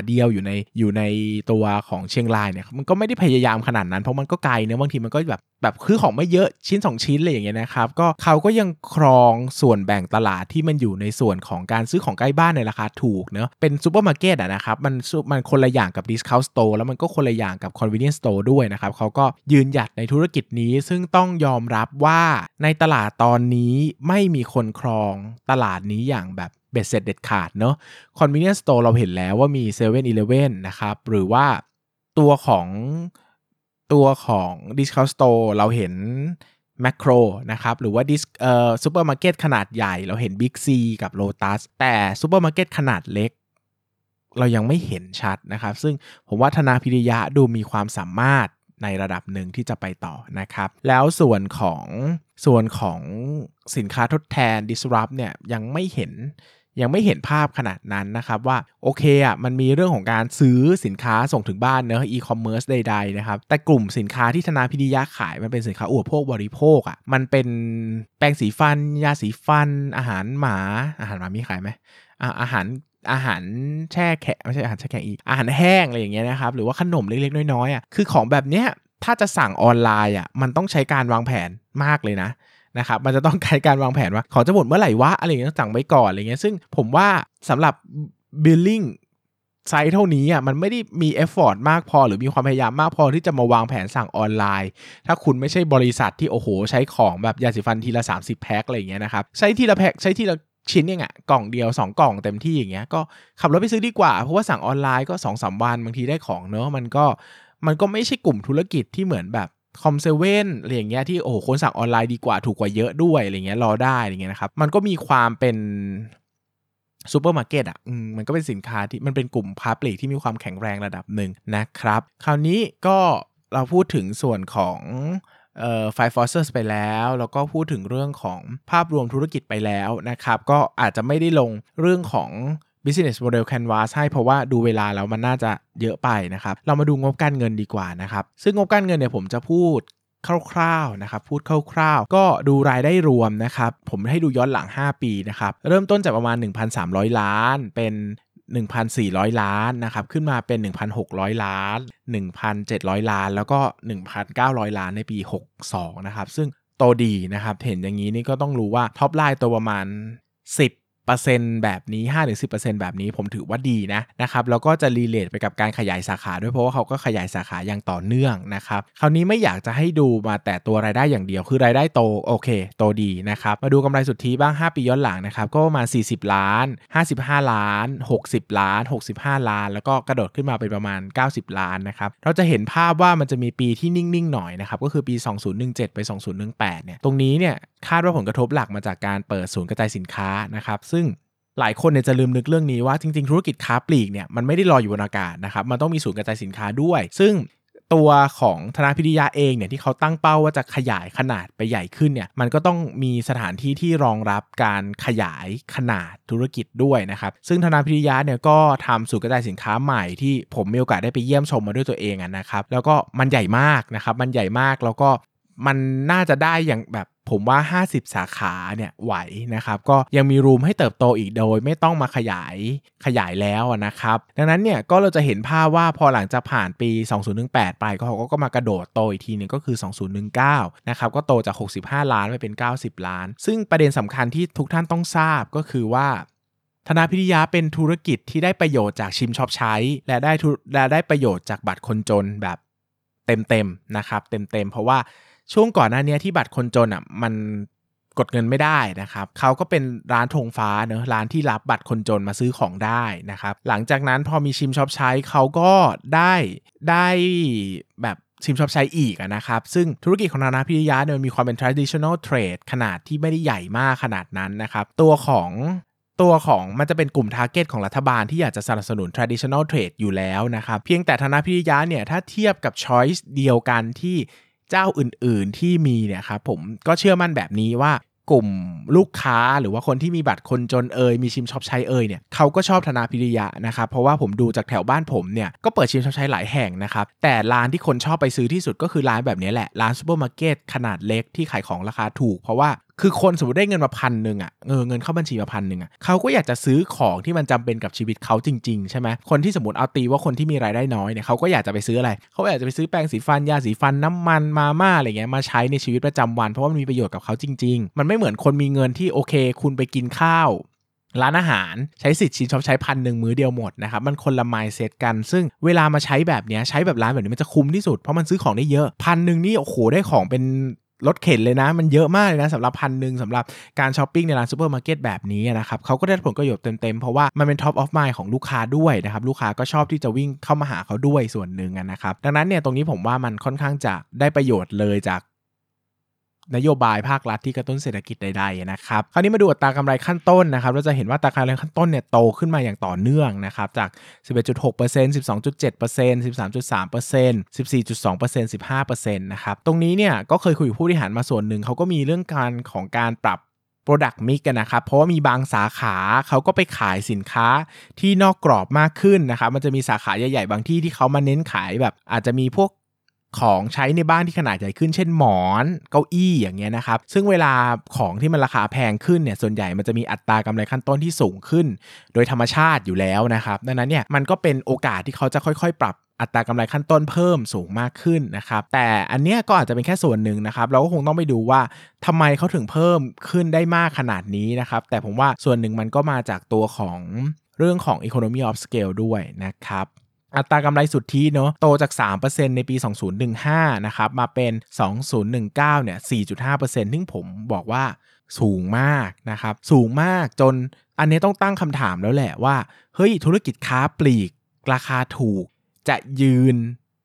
เดียวอยู่ในอยู่ในตัวของเชียงรายเนี่ยมันก็ไม่ได้พยายามขนาดนั้นเพราะมันก็ไกลเนอะบางทีมันก็แบบแบบคือของไม่เยอะชิ้นสองชิ้นอะไรอย่างเงี้ยนะครับก็เขาก็ยังครองส่วนแบ่งตลาดที่มันอยู่ในส่วนของการซื้อของใกล้บ้านในราคาถูกเนอะเป็นซูเปอร์มาร์เก็ตอะนะครับมันมันคนละอย่างกับดิสคาวน์สโตร์แล้วมันก็คนละอย่างกับคอนเวเนียนซ์สโตร์ด้วยนะครับเขาก็ยืนหยัดในธุรกิจนี้ซึ่งต้องยอมรับว่าในตลาดตอนนี้ไม่มีคนครองตลาดนี้อย่างแบบเบ็ดเสร็จเด็ดขาดเนอะ Convenience Store เราเห็นแล้วว่ามีเซเว่น Eleven นะครับหรือว่าตัวของตัวของ Discount Store เราเห็น Macro นะครับหรือว่าดิสเอ่อซูเปอร์มาร์เก็ตขนาดใหญ่เราเห็น Big C กับ Lotus แต่ซูเปอร์มาร์เก็ตขนาดเล็กเรายังไม่เห็นชัดนะครับซึ่งผมว่าธนาพิริยะดูมีความสามารถในระดับหนึ่งที่จะไปต่อนะครับแล้วส่วนของส่วนของสินค้าทดแทน disrupt เนี่ยยังไม่เห็นยังไม่เห็นภาพขนาดนั้นนะครับว่าโอเคอ่ะมันมีเรื่องของการซื้อสินค้าส่งถึงบ้านเนอะ e-commerce ใดๆนะครับแต่กลุ่มสินค้าที่ธนาพิริยะขายมันเป็นสินค้าอุปโภคบริโภคอ่ะมันเป็นแปรงสีฟันยาสีฟันอาหารหมาอาหารหมามีขายไหมอ่าอาหารอาหารแช่แข็งไม่ใช่อาหารแช่แข็งอีกอาหารแห้งอะไรอย่างเงี้ยนะครับหรือว่าขนมเล็กๆน้อยๆอ่ะคือของแบบเนี้ยถ้าจะสั่งออนไลน์อ่ะมันต้องใช้การวางแผนมากเลยนะนะครับมันจะต้องใช้การวางแผนว่าของจะหมดเมื่อไหร่วะอะไรอย่างเงี้ยสั่งไว้ก่อนอะไรเงี้ยซึ่งผมว่าสำหรับ billing ไซส์เท่านี้อ่ะมันไม่ได้มี effort มากพอหรือมีความพยายามมากพอที่จะมาวางแผนสั่งออนไลน์ถ้าคุณไม่ใช่บริษัทที่โอ้โหใช้ของแบบยาสีฟันทีละสามสิบแพ็คอะไรอย่างเงี้ยนะครับใช้ทีละแพ็คใช้ทีละชิ้นเองอะกล่องเดียวสองกล่องเต็มที่อย่างเงี้ยก็ขับรถไปซื้อดีกว่าเพราะว่าสั่งออนไลน์ก็ สองถึงสาม วันบางทีได้ของเนอะมันก็มันก็ไม่ใช่กลุ่มธุรกิจที่เหมือนแบบคอมเซเว่นอะไรอย่างเงี้ยที่โอ้โหคนสั่งออนไลน์ดีกว่าถูกกว่าเยอะด้วยอะไรเงี้ยรอได้อะไรเงี้ยนะครับมันก็มีความเป็นซูเปอร์มาร์เก็ตอ่ะมันก็เป็นสินค้าที่มันเป็นกลุ่มพับลิกที่มีความแข็งแรงระดับหนึ่งนะครับคราวนี้ก็เราพูดถึงส่วนของเอ่อ Five Forces ไปแล้วแล้วก็พูดถึงเรื่องของภาพรวมธุรกิจไปแล้วนะครับก็อาจจะไม่ได้ลงเรื่องของ Business Model Canvas ให้เพราะว่าดูเวลาแล้วมันน่าจะเยอะไปนะครับเรามาดูงบการเงินดีกว่านะครับซึ่งงบการเงินเนี่ยผมจะพูดคร่าวๆนะครับพูดคร่าวๆก็ดูรายได้รวมนะครับผมให้ดูย้อนหลังห้าปีนะครับเริ่มต้นจากประมาณ หนึ่งพันสามร้อย ล้านเป็น หนึ่งพันสี่ร้อย ล้านนะครับขึ้นมาเป็น หนึ่งพันหกร้อย ล้าน หนึ่งพันเจ็ดร้อย ล้านแล้วก็ หนึ่งพันเก้าร้อย ล้านในปีหกสิบสองนะครับซึ่งโตดีนะครับเห็นอย่างนี้นี่ก็ต้องรู้ว่าท็อปไลน์ตัวประมาณสิบเปอร์เซ็นต์ แบบนี้ ห้าถึงสิบเปอร์เซ็นต์ แบบนี้ผมถือว่าดีนะนะครับแล้วก็จะรีเลทไปกับการขยายสาขาด้วยเพราะว่าเขาก็ขยายสาขาอย่างต่อเนื่องนะครับคราวนี้ไม่อยากจะให้ดูมาแต่ตัวรายได้อย่างเดียวคือรายได้โตโอเคโตดีนะครับมาดูกำไรสุทธิบ้างห้าปีย้อนหลังนะครับก็ประมาณสี่สิบล้านห้าสิบห้าล้านหกสิบล้านหกสิบห้าล้านแล้วก็กระโดดขึ้นมาเป็นประมาณเก้าสิบล้านนะครับเราจะเห็นภาพว่ามันจะมีปีที่นิ่งๆหน่อยนะครับก็คือปีสองพันสิบเจ็ดไปสองพันสิบแปดเนี่ยตรงนี้เนี่ยคาดว่าผลกระทบหลักมาจากการเปิดศูนย์กระจายสินค้านะครับซึ่งหลายคนเนี่ยจะลืมนึกเรื่องนี้ว่าจริงๆธุรกิจค้าปลีกเนี่ยมันไม่ได้ลอยอยู่บนอากาศนะครับมันต้องมีศูนย์กระจายสินค้าด้วยซึ่งตัวของธนาพิริยะเองเนี่ยที่เขาตั้งเป้าว่าจะขยายขนาดไปใหญ่ขึ้นเนี่ยมันก็ต้องมีสถานที่ที่รองรับการขยายขนาดธุรกิจด้วยนะครับซึ่งธนาพิริยะเนี่ยก็ทำศูนย์กระจายสินค้าใหม่ที่ผมมีโอกาสได้ไปเยี่ยมชมมาด้วยตัวเองนะครับแล้วก็มันใหญ่มากนะครับมันใหญ่มากแล้วก็มันน่าจะได้อย่างแบบผมว่าห้าสิบสาขาเนี่ยไหวนะครับก็ยังมีรูมให้เติบโตอีกโดยไม่ต้องมาขยายขยายแล้วนะครับดังนั้นเนี่ยก็เราจะเห็นภาพว่าพอหลังจากผ่านปีสองพันสิบแปดไปก็เขาก็มากระโดดโตอีกทีนึงก็คือสองพันสิบเก้านะครับก็โตจากหกสิบห้าล้านไปเป็นเก้าสิบล้านซึ่งประเด็นสำคัญที่ทุกท่านต้องทราบก็คือว่าธนาพิริยะเป็นธุรกิจที่ได้ประโยชน์จากชิมช็อปใช้และได้และได้ประโยชน์จากบัตรคนจนแบบเต็มๆนะครับเต็มๆเพราะว่าช่วงก่อนหน้านี้ที่บัตรคนจนอ่ะมันกดเงินไม่ได้นะครับเขาก็เป็นร้านธงฟ้าเนอะร้านที่รับบัตรคนจนมาซื้อของได้นะครับหลังจากนั้นพอมีชิมช็อปใช้เขาก็ได้ได้แบบชิมช็อปใช้อีกนะครับซึ่งธุรกิจของธนาพิริยะเนี่ยมีความเป็น traditional trade ขนาดที่ไม่ได้ใหญ่มากขนาดนั้นนะครับตัวของตัวของมันจะเป็นกลุ่ม target ของรัฐบาลที่อยากจะสนับสนุน traditional trade อยู่แล้วนะครับเพียงแต่ธนาพิริยะเนี่ยถ้าเทียบกับ choice เดียวกันที่เจ้าอื่นๆที่มีเนี่ยครับผมก็เชื่อมั่นแบบนี้ว่ากลุ่มลูกค้าหรือว่าคนที่มีบัตรคนจนเอ่ยมีชิมช็อปใช้เอ่ยเนี่ยเขาก็ชอบธนาพิริยะนะครับเพราะว่าผมดูจากแถวบ้านผมเนี่ยก็เปิดชิมช็อปใช้หลายแห่งนะครับแต่ร้านที่คนชอบไปซื้อที่สุดก็คือร้านแบบนี้แหละร้านซูเปอร์มาร์เก็ตขนาดเล็กที่ขายของราคาถูกเพราะว่าคือคนสมมุติได้เงินมาพันหนึ่งอ่ะเออเงินเข้าบัญชีมาพันหนึ่งอ่ะเขาก็อยากจะซื้อของที่มันจำเป็นกับชีวิตเขาจริงๆใช่ไหมคนที่สมมติเอาตีว่าคนที่มีรายได้น้อยเนี่ยเขาก็อยากจะไปซื้ออะไรเขาอยากจะไปซื้อแปรงสีฟันยาสีฟันน้ำมันมาม่าอะไรเงี้ยมาใช้ในชีวิตประจำวันเพราะว่ามันมีประโยชน์กับเขาจริงๆมันไม่เหมือนคนมีเงินที่โอเคคุณไปกินข้าวร้านอาหารใช้สิทธิ์ชิมช็อปใช้พันหนึ่งมื้อเดียวหมดนะครับมันคนละ mindset กันซึ่งเวลามาใช้แบบนี้ใช้แบบร้านแบบนี้มันจะคุ้มที่สุดเพราะมันซื้อของได้เยอะพันหนึ่งนี่โอ้โหได้ของเป็นรถเข็นเลยนะมันเยอะมากเลยนะสำหรับพันหนึ่งสำหรับการช้อปปิ้งในร้านซูเปอร์มาร์เก็ตแบบนี้นะครับเขาก็ได้ผลประโยชน์เต็มๆเพราะว่ามันเป็น top of mind ของลูกค้าด้วยนะครับลูกค้าก็ชอบที่จะวิ่งเข้ามาหาเขาด้วยส่วนหนึ่งนะครับดังนั้นเนี่ยตรงนี้ผมว่ามันค่อนข้างจะได้ประโยชน์เลยจากนโยบายภาครัฐที่กระตุ้นเศรษฐกิจใดๆนะครับคราวนี้มาดูอัตรากำไรขั้นต้นนะครับเราจะเห็นว่าอัตรากำไรขั้นต้นเนี่ยโตขึ้นมาอย่างต่อเนื่องนะครับจาก สิบเอ็ดจุดหกเปอร์เซ็นต์ สิบสองจุดเจ็ดเปอร์เซ็นต์ สิบสามจุดสามเปอร์เซ็นต์ สิบสี่จุดสองเปอร์เซ็นต์ สิบห้าเปอร์เซ็นต์ นะครับตรงนี้เนี่ยก็เคยคุยกับผู้บริหารมาส่วนหนึ่งเขาก็มีเรื่องการของการปรับ product mix กันนะครับเพราะว่ามีบางสาขาเขาก็ไปขายสินค้าที่นอกกรอบมากขึ้นนะครับมันจะมีสาขาใหญ่ๆบางที่ที่เขามาเน้นขายแบบอาจจะมีพวกของใช้ในบ้านที่ขนาดใหญ่ขึ้นเช่นหมอนเก้าอี้อย่างเงี้ยนะครับซึ่งเวลาของที่มันราคาแพงขึ้นเนี่ยส่วนใหญ่มันจะมีอัตรากำไรขั้นต้นที่สูงขึ้นโดยธรรมชาติอยู่แล้วนะครับดังนั้นเนี่ยมันก็เป็นโอกาสที่เขาจะค่อยๆปรับอัตรากำไรขั้นต้นเพิ่มสูงมากขึ้นนะครับแต่อันเนี้ยก็อาจจะเป็นแค่ส่วนหนึ่งนะครับเราก็คงต้องไปดูว่าทำไมเขาถึงเพิ่มขึ้นได้มากขนาดนี้นะครับแต่ผมว่าส่วนหนึ่งมันก็มาจากตัวของเรื่องของ economy of scale ด้วยนะครับอัตรากำไรสุทธิเนาะโตจาก สามเปอร์เซ็นต์ ในปีสองพันสิบห้านะครับมาเป็นสองพันสิบเก้าเนี่ย สี่จุดห้าเปอร์เซ็นต์ ซึ่งผมบอกว่าสูงมากนะครับสูงมากจนอันนี้ต้องตั้งคำถามแล้วแหละว่าเฮ้ยธุรกิจค้าปลีกราคาถูกจะยืน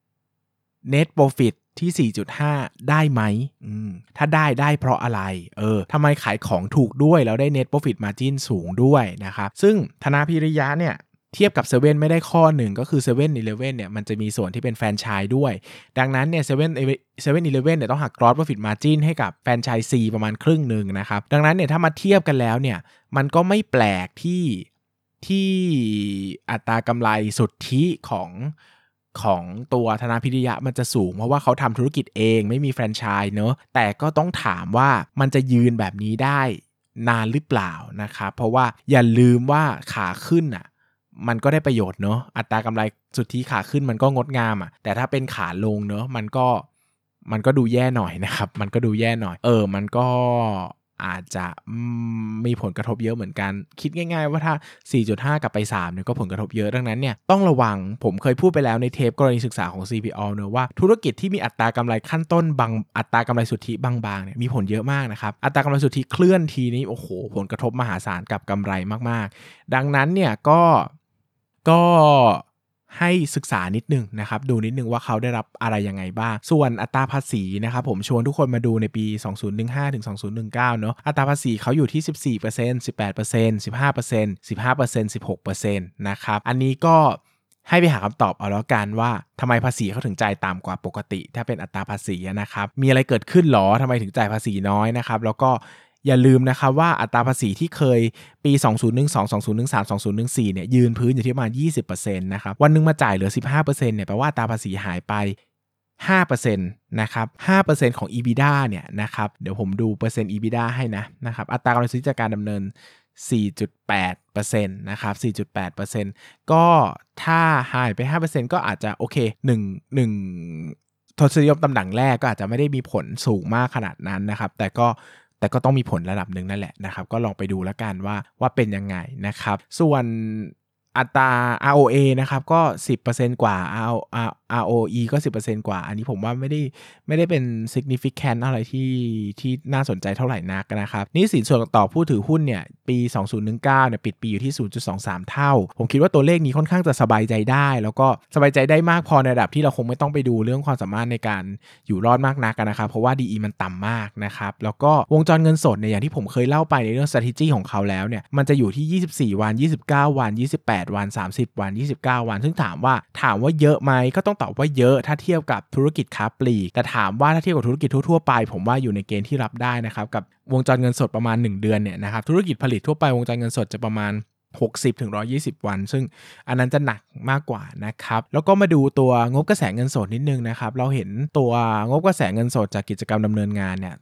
net profit ที่ สี่จุดห้า ได้ไหมอืมถ้าได้ได้เพราะอะไรเออทำไมขายของถูกด้วยแล้วได้ net profit margin สูงด้วยนะครับซึ่งธนาพิริยะเนี่ยเทียบกับเซเว่นไม่ได้ข้อหนึ่งก็คือ เซเว่น อีเลฟเว่น เนี่ยมันจะมีส่วนที่เป็นแฟรนไชส์ด้วยดังนั้นเนี่ย เซเว่น เซเว่น อีเลฟเว่น เนี่ยต้องหัก gross profit margin ให้กับแฟรนไชส์ C ประมาณครึ่งนึงนะครับดังนั้นเนี่ยถ้ามาเทียบกันแล้วเนี่ยมันก็ไม่แปลกที่ที่อัตรากำไรสุทธิของของตัวธนาพิริยะมันจะสูงเพราะว่าเขาทำธุรกิจเองไม่มีแฟรนไชส์เนอะแต่ก็ต้องถามว่ามันจะยืนแบบนี้ได้นานหรือเปล่านะครับเพราะว่าอย่าลืมว่าขาขึ้นอ่ะมันก็ได้ประโยชน์เนอะอัตรากำไรสุทธิขาขึ้นมันก็งดงามอ่ะแต่ถ้าเป็นขาลงเนอะมันก็มันก็ดูแย่หน่อยนะครับมันก็ดูแย่หน่อยเออมันก็อาจจะมีผลกระทบเยอะเหมือนกันคิดง่ายๆว่าถ้า สี่จุดห้า กลับไปสามเนี่ยก็ผลกระทบเยอะดังนั้นเนี่ยต้องระวังผมเคยพูดไปแล้วในเทปกรณีศึกษาของ ซี พี โอ เนอะว่าธุรกิจที่มีอัตรากำไรขั้นต้นบางอัตรากำไรสุทธิบางๆเนี่ยมีผลเยอะมากนะครับอัตรากำไรสุทธิเคลื่อนทีนี้โอ้โหผลกระทบมหาศาลกับกำไรมากๆดังนั้นเนี่ยก็ก็ให้ศึกษานิดนึงนะครับดูนิดนึงว่าเขาได้รับอะไรยังไงบ้างส่วนอัตราภาษีนะครับผมชวนทุกคนมาดูในปีสองพันสิบห้าถึงสองพันสิบเก้าเนาะอัตราภาษีเขาอยู่ที่ สิบสี่เปอร์เซ็นต์ สิบแปดเปอร์เซ็นต์ สิบห้าเปอร์เซ็นต์ สิบห้าเปอร์เซ็นต์ สิบหกเปอร์เซ็นต์ นะครับอันนี้ก็ให้ไปหาคำตอบเอาแล้วกันว่าทำไมภาษีเขาถึงจ่ายต่ำกว่าปกติถ้าเป็นอัตราภาษีนะครับมีอะไรเกิดขึ้นหรอทำไมถึงจ่ายภาษีน้อยนะครับแล้วก็อย่าลืมนะครับว่าอัตราภาษีที่เคยปีสองพันสิบสอง สองพันสิบสาม สองพันสิบสี่เนี่ยยืนพื้นอยู่ที่ประมาณ ยี่สิบเปอร์เซ็นต์ นะครับวันนึงมาจ่ายเหลือ สิบห้าเปอร์เซ็นต์ เนี่ยแปลว่าอัตราภาษีหายไป ห้าเปอร์เซ็นต์ นะครับ ห้าเปอร์เซ็นต์ ของ EBITDA เนี่ยนะครับเดี๋ยวผมดูเปอร์เซ็นต์ EBITDA ให้นะนะครับอัตรากำไรสุทธิจากการดำเนิน สี่จุดแปดเปอร์เซ็นต์ นะครับ สี่จุดแปดเปอร์เซ็นต์ ก็ถ้าหายไป ห้าเปอร์เซ็นต์ ก็อาจจะโอเคหนึ่ง หนึ่งทศนิยมตำแหน่งแรกก็อาจจะไม่ได้มีผลสูงมากขนาดนั้นนะครับแต่ก็แต่ก็ต้องมีผลระดับหนึ่งนั่นแหละนะครับก็ลองไปดูแล้วกันว่าว่าเป็นยังไงนะครับส่วนอัตรา อาร์ โอ เอ นะครับก็ สิบเปอร์เซ็นต์ กว่า อาร์ โอ อี ก็ สิบเปอร์เซ็นต์ กว่าอันนี้ผมว่าไม่ได้ไม่ได้เป็น significant อะไรที่ที่น่าสนใจเท่าไหร่นักนะครับหนี้สินส่วนต่อผู้ถือหุ้นเนี่ยปีสองพันสิบเก้าเนี่ยปิดปีอยู่ที่ ศูนย์จุดสองสาม เท่าผมคิดว่าตัวเลขนี้ค่อนข้างจะสบายใจได้แล้วก็สบายใจได้มากพอในระดับที่เราคงไม่ต้องไปดูเรื่องความสามารถในการอยู่รอดมากนักนะครับเพราะว่า ดี อี มันต่ำมากนะครับแล้วก็วงจรเงินสดเนี่ยอย่างที่ผมเคยเล่าไปในเรื่อง strategy ของเขาแล้วเนี่ยมันจะอยู่ที่ยี่สิบสี่วันยี่สิบเก้าวันยี่สิบแปดวันสามสิบวันยี่สิบเก้าวันซึ่งถามว่าถามว่าเยอะไหมก็ต้องตอบว่าเยอะถ้าเทียบกับธุรกิจค้าปลีกแต่ถามว่าถ้าเทียบกับธุรกิจทั่วๆไปผมว่าอยู่ในเกณฑ์ที่รับได้นะครับกับวงจรเงินสดประมาณหนึ่งเดือนเนี่ยนะครับธุรกิจผลิตทั่วไปวงจรเงินสดจะประมาณหกสิบถึงหนึ่งร้อยยี่สิบวันซึ่งอันนั้นจะหนักมากกว่านะครับแล้วก็มาดูตัวงบกระแสเงินสดนิดนึงนะครับเราเห็นตัวงบกระแสเงินสดจากกิจกรรมดำเนินงานเนี่ยโต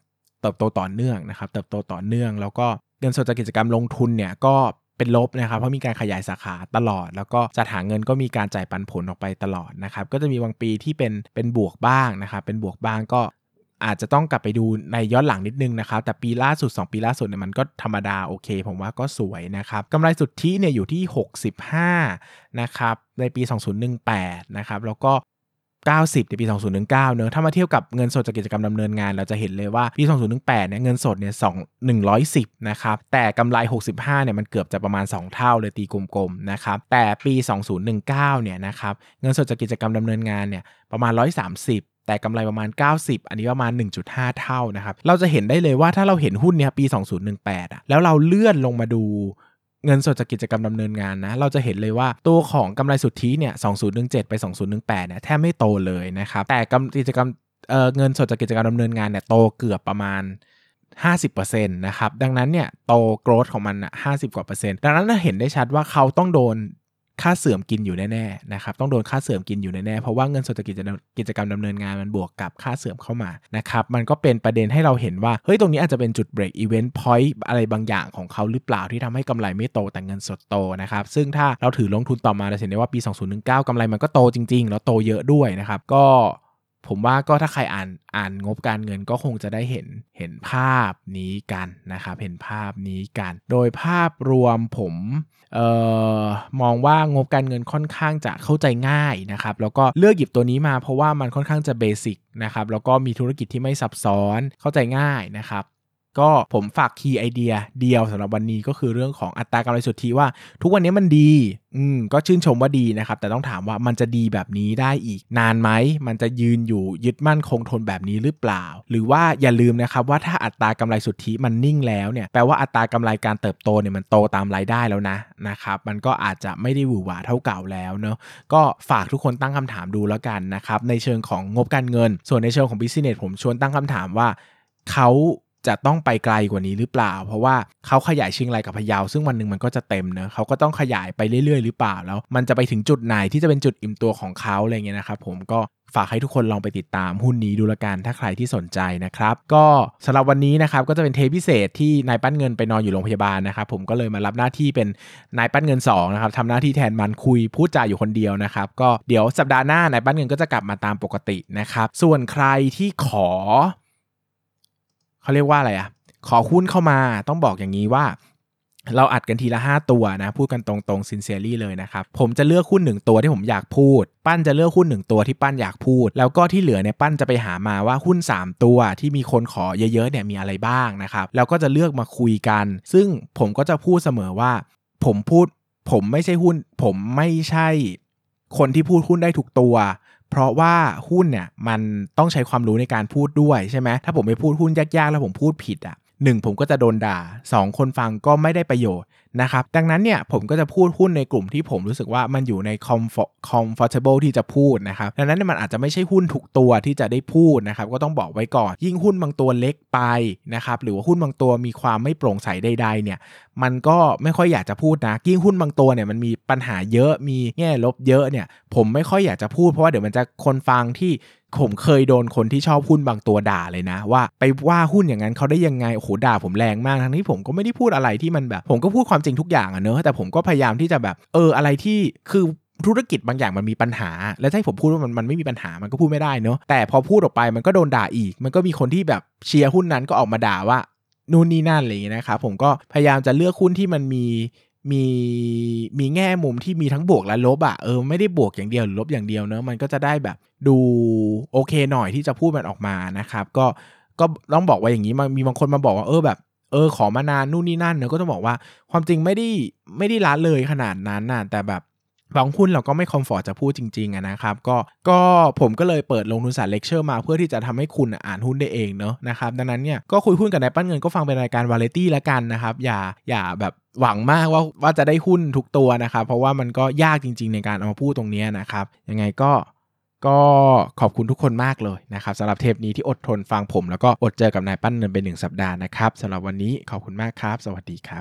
ติบโตต่อเนื่องนะครับเติบโตต่อเนื่องแล้วก็เงินสดจากกิจกรรมลงทุนเนี่ยก็เป็นลบนะครับเพราะมีการขยายสาขาตลอดแล้วก็จัดหาเงินก็มีการจ่ายปันผลออกไปตลอดนะครับก็จะมีบางปีที่เป็นเป็นบวกบ้างนะครับเป็นบวกบ้างก็อาจจะต้องกลับไปดูในย้อนหลังนิดนึงนะครับแต่ปีล่าสุดสองปีล่าสุดเนี่ยมันก็ธรรมดาโอเคผมว่าก็สวยนะครับกำไรสุทธิเนี่ยอยู่ที่หกสิบห้านะครับในปีสองพันสิบแปดนะครับแล้วก็เก้าสิบในปีสองพันสิบเก้าเนอะถ้ามาเทียบกับเงินสดจากกิจกรรมดำเนินงานเราจะเห็นเลยว่าปีสองพันสิบแปดเนี่ยเงินสดเนี่ยสอง หนึ่งร้อยสิบนะครับแต่กำไรหกสิบห้าเนี่ยมันเกือบจะประมาณสองเท่าเลยตีกลมๆนะครับแต่ปีสองพันสิบเก้าเนี่ยนะครับเงินสดจากกิจกรรมดำเนินงานเนี่ยประมาณหนึ่งร้อยสามสิบแต่กำไรประมาณเก้าสิบอันนี้ประมาณ หนึ่งจุดห้า เท่านะครับเราจะเห็นได้เลยว่าถ้าเราเห็นหุ้นเนี่ยปีสองพันสิบแปดอ่ะแล้วเราเลื่อนลงมาดูเงินสดจากกิจกรรมดำเนินงานนะเราจะเห็นเลยว่าตัวของกำไรสุทธิเนี่ยสองพันสิบเจ็ดไปสองพันสิบแปดเนี่ยแทบไม่โตเลยนะครับแต่กิจกรรมเอ่อเงินสดจากกิจกรรมดำเนินงานเนี่ยโตเกือบประมาณ ห้าสิบเปอร์เซ็นต์ นะครับดังนั้นเนี่ยโตโกรทของมันน่ะห้าสิบกว่าเปอร์เซ็นต์ดังนั้นเราเห็นได้ชัดว่าเขาต้องโดนค่าเสื่อมกินอยู่แน่ๆนะครับต้องโดนค่าเสื่อมกินอยู่แน่ๆเพราะว่าเงินสดจากกิจกรรมดำเนินงานมันบวกกับค่าเสื่อมเข้ามานะครับมันก็เป็นประเด็นให้เราเห็นว่าเฮ้ยตรงนี้อาจจะเป็นจุดเบรกอีเวนต์พอยต์อะไรบางอย่างของเขาหรือเปล่าที่ทำให้กำไรไม่โตแต่เงินสดโตนะครับซึ่งถ้าเราถือลงทุนต่อมาเราเห็นได้ว่าปีสองพันสิบเก้ากำไรมันก็โตจริงๆแล้วโตเยอะด้วยนะครับก็ผมว่าก็ถ้าใครอ่านอ่านงบการเงินก็คงจะได้เห็นเห็นภาพนี้กันนะครับเห็นภาพนี้กันโดยภาพรวมผมเอ่อมองว่างบการเงินค่อนข้างจะเข้าใจง่ายนะครับแล้วก็เลือกหยิบตัวนี้มาเพราะว่ามันค่อนข้างจะเบสิกนะครับแล้วก็มีธุรกิจที่ไม่ซับซ้อนเข้าใจง่ายนะครับก็ผมฝากคีย์ไอเดียเดียวสำหรับวันนี้ก็คือเรื่องของอัตรากำไรสุทธิว่าทุกวันนี้มันดีอืมก็ชื่นชมว่าดีนะครับแต่ต้องถามว่ามันจะดีแบบนี้ได้อีกนานไหมมันจะยืนอยู่ยึดมั่นคงทนแบบนี้หรือเปล่าหรือว่าอย่าลืมนะครับว่าถ้าอัตรากำไรสุทธิมันนิ่งแล้วเนี่ยแปลว่าอัตรากำไรการเติบโตเนี่ยมันโตตามรายได้แล้วนะนะครับมันก็อาจจะไม่ได้หวือหวาเท่าเก่าแล้วเนาะก็ฝากทุกคนตั้งคำถามดูแล้วกันนะครับในเชิงของงบการเงินส่วนในเชิงของ business ผมชวนตั้งคำถามว่าเขาจะต้องไปไกลกว่านี้หรือเปล่าเพราะว่าเขาขยายเชียงรายกับพะเยาซึ่งวันหนึ่งมันก็จะเต็มเนอะเขาก็ต้องขยายไปเรื่อยๆหรือเปล่าแล้วมันจะไปถึงจุดไหนที่จะเป็นจุดอิ่มตัวของเขาอะไรเงี้ยนะครับผมก็ฝากให้ทุกคนลองไปติดตามหุ้นนี้ดูละกันถ้าใครที่สนใจนะครับก็สำหรับวันนี้นะครับก็จะเป็นเทปพิเศษที่นายปั้นเงินไปนอนอยู่โรงพยาบาลนะครับผมก็เลยมารับหน้าที่เป็นนายปั้นเงินสองนะครับทำหน้าที่แทนมันคุยพูดจาอยู่คนเดียวนะครับก็เดี๋ยวสัปดาห์หน้านายปั้นเงินก็จะกลับมาตามปกตินะครับส่วนใครที่ขอเขาเรียกว่าอะไรอะขอหุ้นเข้ามาต้องบอกอย่างนี้ว่าเราอัดกันทีละห้าตัวนะพูดกันตรงๆ sincerely เลยนะครับผมจะเลือกหุ้นหนึ่งตัวที่ผมอยากพูดปั้นจะเลือกหุ้นหนึ่งตัวที่ปั้นอยากพูดแล้วก็ที่เหลือเนี่ยปั้นจะไปหามาว่าหุ้นสามตัวที่มีคนขอเยอะๆเนี่ยมีอะไรบ้างนะครับแล้วก็จะเลือกมาคุยกันซึ่งผมก็จะพูดเสมอว่าผมพูดผมไม่ใช่หุ้นผมไม่ใช่คนที่พูดหุ้นได้ทุกตัวเพราะว่าหุ้นเนี่ยมันต้องใช้ความรู้ในการพูดด้วยใช่ไหมถ้าผมไปพูดหุ้นยากๆแล้วผมพูดผิดอ่ะหนึ่งผมก็จะโดนด่าสองคนฟังก็ไม่ได้ประโยชน์นะครับดังนั้นเนี่ยผมก็จะพูดหุ้นในกลุ่มที่ผมรู้สึกว่ามันอยู่ใน comfort comfortable ที่จะพูดนะครับดังนั้นมันอาจจะไม่ใช่หุ้นทุกตัวที่จะได้พูดนะครับก็ต้องบอกไว้ก่อนยิ่งหุ้นบางตัวเล็กไปนะครับหรือว่าหุ้นบางตัวมีความไม่โปร่งใสใดๆเนี่ยมันก็ไม่ค่อยอยากจะพูดนะยิ่งหุ้นบางตัวเนี่ยมันมีปัญหาเยอะมีแง่ลบเยอะเนี่ยผมไม่ค่อยอยากจะพูดเพราะว่าเดี๋ยวมันจะคนฟังที่ผมเคยโดนคนที่ชอบหุ้นบางตัวด่าเลยนะว่าไปว่าหุ้นอย่างนั้นเขาได้ยังไงโอ้โหด่าผมแรงมากทั้งที่ผมก็ไม่ได้พูดอะไรที่มันแบบผมก็พูดความจริงทุกอย่างอะเนอะแต่ผมก็พยายามที่จะแบบเอออะไรที่คือธุรกิจบางอย่างมันมีปัญหาแล้วให้ผมพูดว่ามันมันไม่มีปัญหามันก็พูดไม่ได้เนอะแต่พอพูดออกไปมันก็โดนด่าอีกมันก็มีคนที่แบบเชียร์หุ้นนั้นก็ออกมาด่าว่านู่นนี่นั่นอะไรอย่างเงี้ยนะครับผมก็พยายามจะเลือกหุ้นที่มันมีมีมีแง่มุมที่มีทั้งบวกและลบอ่ะเออไม่ได้บวกอย่างเดียวหรือลบอย่างเดียวเนอะมันก็จะได้แบบดูโอเคหน่อยที่จะพูดมันออกมานะครับก็ก็ต้องบอกว่าอย่างนี้มันมีบางคนมาบอกว่าเออแบบเออขอมานานนู่นนี่นั่นเนอะก็ต้องบอกว่าความจริงไม่ได้ไม่ได้ละเลยขนาดนั้นน่ะแต่แบบบางหุ้นเราก็ไม่คอมฟอร์ตจะพูดจริงๆอะนะครับก็ก็ผมก็เลยเปิดลงทุนศาสตร์เลคเชอร์มาเพื่อที่จะทำให้คุณอ่านหุ้นได้เองเนอะนะครับดังนั้นเนี่ยก็คุยหุ้นกับนายปั้นเงินก็ฟังเป็นรายการวาไรตี้แล้วกันนะครับอย่าอย่าแบบหวังมากว่าว่าจะได้หุ้นทุกตัวนะครับเพราะว่ามันก็ยากจริงๆในการเอามาพูดตรงนี้นะครับยังไงก็ก็ขอบคุณทุกคนมากเลยนะครับสำหรับเทปนี้ที่อดทนฟังผมแล้วก็อดเจอกับนายปั้นเงินเป็นหนึ่งสัปดาห์นะครับสำหรับวันนี้ขอบคุณมากครับสวัสดีครับ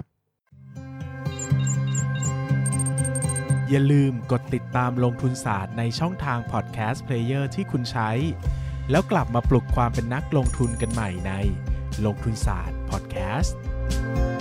อย่าลืมกดติดตามลงทุนศาสตร์ในช่องทางพอดแคสต์เพลเยอร์ที่คุณใช้แล้วกลับมาปลุกความเป็นนักลงทุนกันใหม่ในลงทุนศาสตร์พอดแคสต์